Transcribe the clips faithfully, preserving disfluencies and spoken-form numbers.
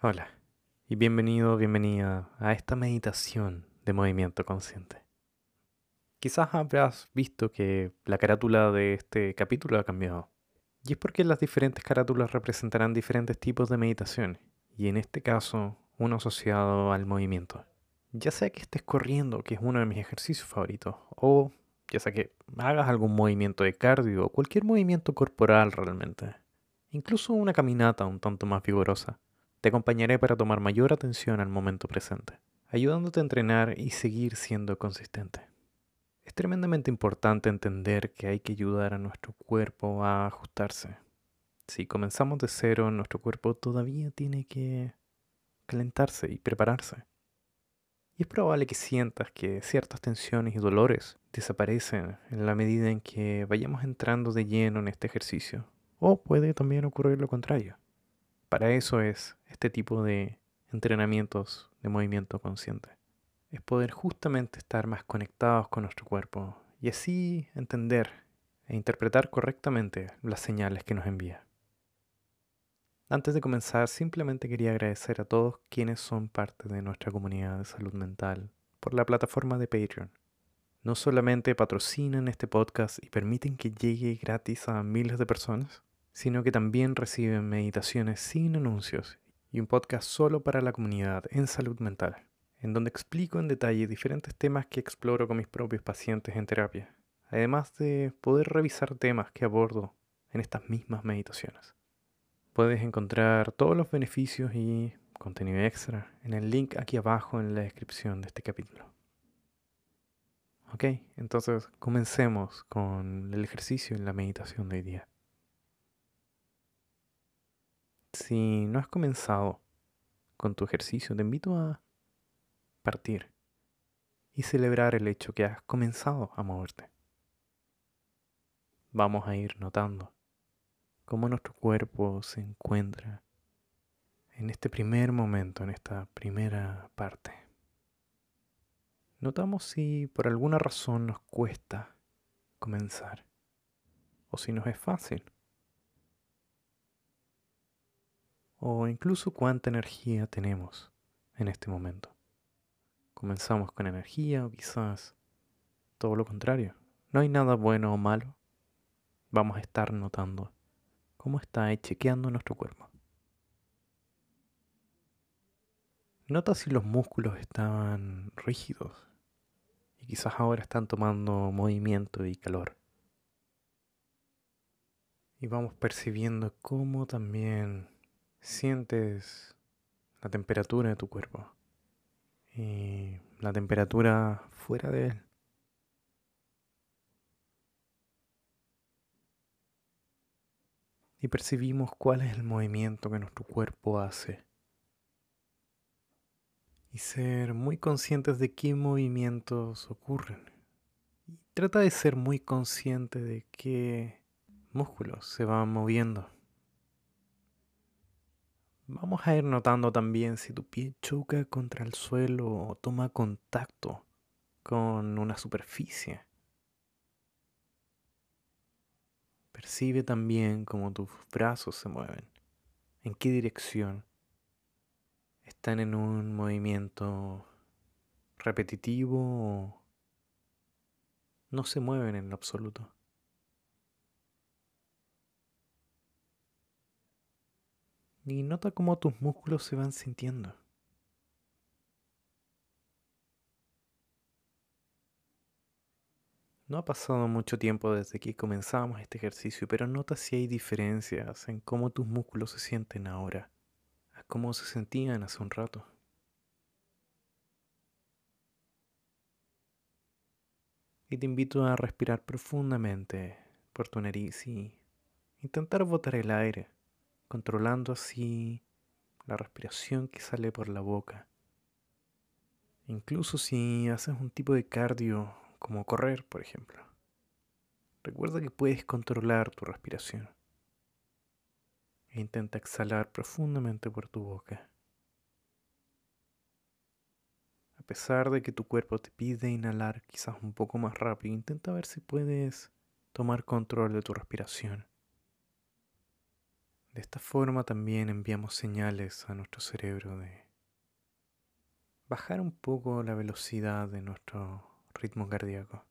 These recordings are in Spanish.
Hola y bienvenido, bienvenida a esta meditación de movimiento consciente. Quizás habrás visto que la carátula de este capítulo ha cambiado. Y es porque las diferentes carátulas representarán diferentes tipos de meditaciones, y en este caso, uno asociado al movimiento. Ya sea que estés corriendo, que es uno de mis ejercicios favoritos, o ya sea que hagas algún movimiento de cardio o cualquier movimiento corporal realmente. Incluso una caminata un tanto más vigorosa. Te acompañaré para tomar mayor atención al momento presente, ayudándote a entrenar y seguir siendo consistente. Es tremendamente importante entender que hay que ayudar a nuestro cuerpo a ajustarse. Si comenzamos de cero, nuestro cuerpo todavía tiene que calentarse y prepararse. Y es probable que sientas que ciertas tensiones y dolores desaparecen en la medida en que vayamos entrando de lleno en este ejercicio. O puede también ocurrir lo contrario. Para eso es este tipo de entrenamientos de movimiento consciente. Es poder justamente estar más conectados con nuestro cuerpo y así entender e interpretar correctamente las señales que nos envía. Antes de comenzar, simplemente quería agradecer a todos quienes son parte de nuestra comunidad de salud mental por la plataforma de Patreon. No solamente patrocinan este podcast y permiten que llegue gratis a miles de personas, sino que también reciben meditaciones sin anuncios y un podcast solo para la comunidad en salud mental, en donde explico en detalle diferentes temas que exploro con mis propios pacientes en terapia, además de poder revisar temas que abordo en estas mismas meditaciones. Puedes encontrar todos los beneficios y contenido extra en el link aquí abajo en la descripción de este capítulo. Ok, entonces comencemos con el ejercicio y la meditación de hoy día. Si no has comenzado con tu ejercicio, te invito a partir y celebrar el hecho que has comenzado a moverte. Vamos a ir notando cómo nuestro cuerpo se encuentra en este primer momento, en esta primera parte. Notamos si por alguna razón nos cuesta comenzar o si nos es fácil o incluso cuánta energía tenemos en este momento. Comenzamos con energía o quizás todo lo contrario. No hay nada bueno o malo. Vamos a estar notando cómo está chequeando nuestro cuerpo. Nota si los músculos están rígidos y quizás ahora están tomando movimiento y calor. Y vamos percibiendo cómo también sientes la temperatura de tu cuerpo y la temperatura fuera de él. Y percibimos cuál es el movimiento que nuestro cuerpo hace. Y ser muy conscientes de qué movimientos ocurren. Y trata de ser muy consciente de qué músculos se van moviendo. Vamos a ir notando también si tu pie choca contra el suelo o toma contacto con una superficie. Percibe también cómo tus brazos se mueven, en qué dirección. ¿Están en un movimiento repetitivo o no se mueven en lo absoluto? Y nota cómo tus músculos se van sintiendo. No ha pasado mucho tiempo desde que comenzamos este ejercicio, pero nota si hay diferencias en cómo tus músculos se sienten ahora, a cómo se sentían hace un rato. Y te invito a respirar profundamente por tu nariz y intentar botar el aire, controlando así la respiración que sale por la boca. Incluso si haces un tipo de cardio como correr, por ejemplo. Recuerda que puedes controlar tu respiración. E intenta exhalar profundamente por tu boca. A pesar de que tu cuerpo te pide inhalar quizás un poco más rápido, intenta ver si puedes tomar control de tu respiración. De esta forma también enviamos señales a nuestro cerebro de bajar un poco la velocidad de nuestro ritmo cardíaco.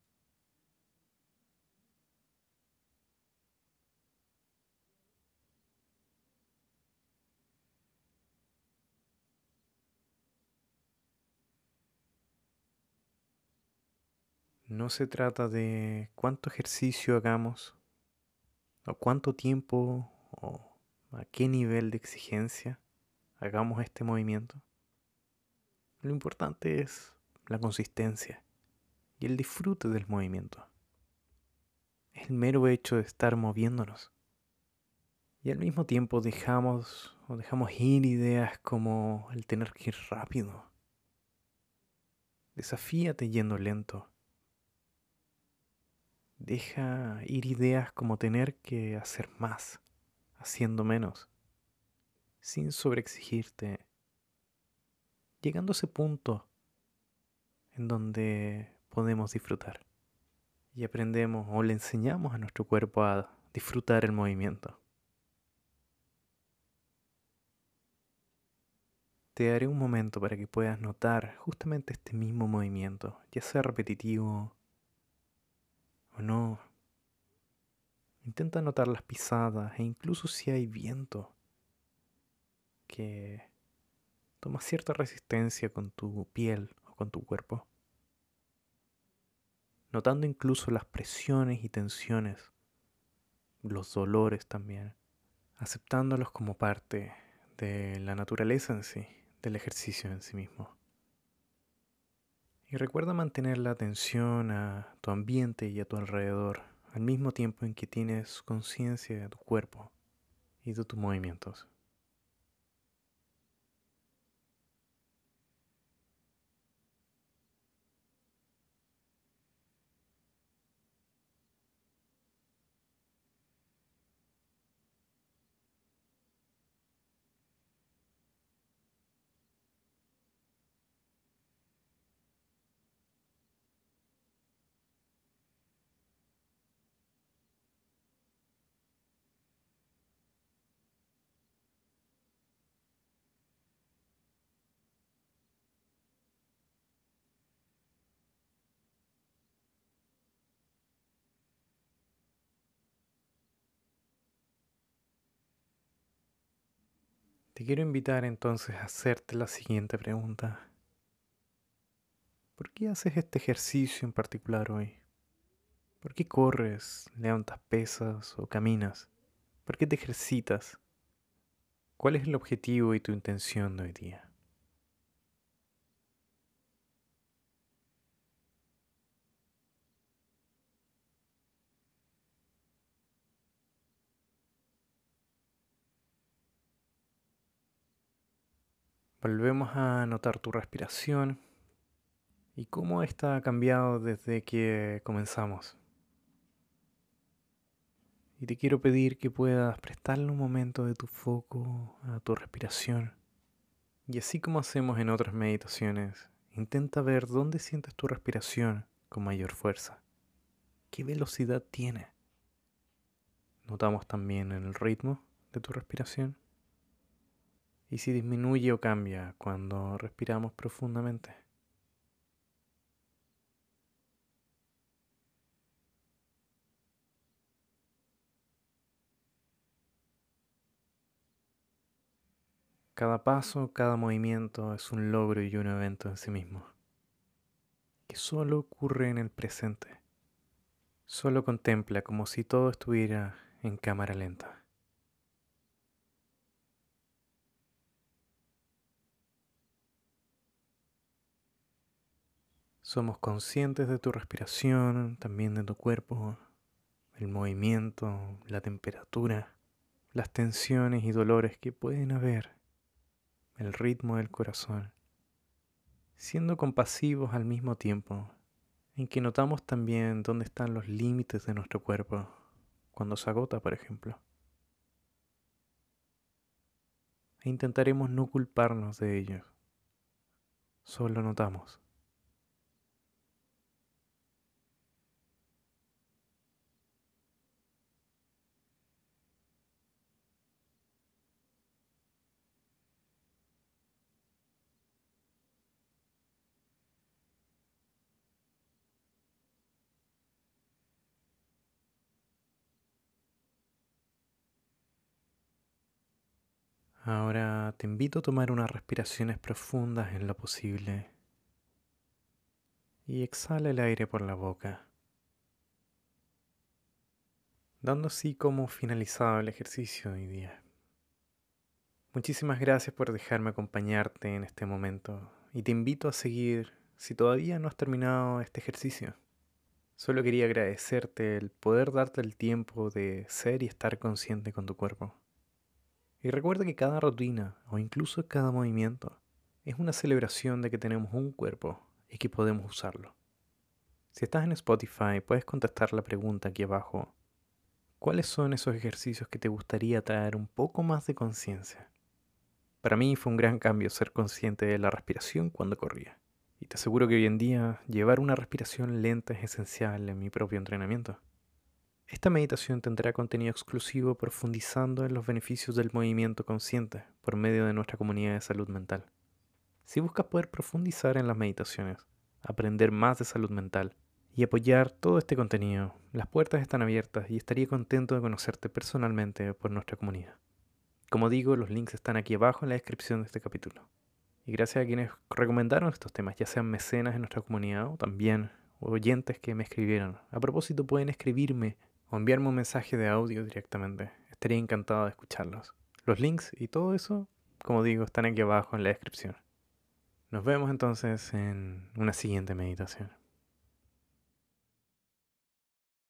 No se trata de cuánto ejercicio hagamos o cuánto tiempo o a qué nivel de exigencia hagamos este movimiento. Lo importante es la consistencia y el disfrute del movimiento. Es el mero hecho de estar moviéndonos. Y al mismo tiempo dejamos o dejamos ir ideas como el tener que ir rápido. Desafíate yendo lento. Deja ir ideas como tener que hacer más, haciendo menos, sin sobreexigirte, llegando a ese punto en donde podemos disfrutar y aprendemos o le enseñamos a nuestro cuerpo a disfrutar el movimiento. Te daré un momento para que puedas notar justamente este mismo movimiento, ya sea repetitivo o no. Intenta notar las pisadas e incluso si hay viento que toma cierta resistencia con tu piel o con tu cuerpo. Notando incluso las presiones y tensiones, los dolores también, aceptándolos como parte de la naturaleza en sí, del ejercicio en sí mismo. Y recuerda mantener la atención a tu ambiente y a tu alrededor, al mismo tiempo en que tienes conciencia de tu cuerpo y de tus movimientos. Te quiero invitar entonces a hacerte la siguiente pregunta. ¿Por qué haces este ejercicio en particular hoy? ¿Por qué corres, levantas pesas o caminas? ¿Por qué te ejercitas? ¿Cuál es el objetivo y tu intención de hoy día? Volvemos a notar tu respiración y cómo esta ha cambiado desde que comenzamos. Y te quiero pedir que puedas prestarle un momento de tu foco a tu respiración. Y así como hacemos en otras meditaciones, intenta ver dónde sientes tu respiración con mayor fuerza. ¿Qué velocidad tiene? Notamos también el ritmo de tu respiración. Y si disminuye o cambia cuando respiramos profundamente. Cada paso, cada movimiento es un logro y un evento en sí mismo, que solo ocurre en el presente. Solo contempla como si todo estuviera en cámara lenta. Somos conscientes de tu respiración, también de tu cuerpo, el movimiento, la temperatura, las tensiones y dolores que pueden haber, el ritmo del corazón, siendo compasivos al mismo tiempo, en que notamos también dónde están los límites de nuestro cuerpo, cuando se agota, por ejemplo. E intentaremos no culparnos de ello, solo notamos. Ahora te invito a tomar unas respiraciones profundas en lo posible y exhala el aire por la boca, dando así como finalizado el ejercicio de hoy día. Muchísimas gracias por dejarme acompañarte en este momento y te invito a seguir si todavía no has terminado este ejercicio. Solo quería agradecerte el poder darte el tiempo de ser y estar consciente con tu cuerpo. Y recuerda que cada rutina o incluso cada movimiento es una celebración de que tenemos un cuerpo y que podemos usarlo. Si estás en Spotify, puedes contestar la pregunta aquí abajo. ¿Cuáles son esos ejercicios que te gustaría traer un poco más de conciencia? Para mí fue un gran cambio ser consciente de la respiración cuando corría. Y te aseguro que hoy en día llevar una respiración lenta es esencial en mi propio entrenamiento. Esta meditación tendrá contenido exclusivo profundizando en los beneficios del movimiento consciente por medio de nuestra comunidad de salud mental. Si buscas poder profundizar en las meditaciones, aprender más de salud mental y apoyar todo este contenido, las puertas están abiertas y estaría contento de conocerte personalmente por nuestra comunidad. Como digo, los links están aquí abajo en la descripción de este capítulo. Y gracias a quienes recomendaron estos temas, ya sean mecenas en nuestra comunidad o también oyentes que me escribieron. A propósito, pueden escribirme o enviarme un mensaje de audio directamente. Estaría encantado de escucharlos. Los links y todo eso, como digo, están aquí abajo en la descripción. Nos vemos entonces en una siguiente meditación.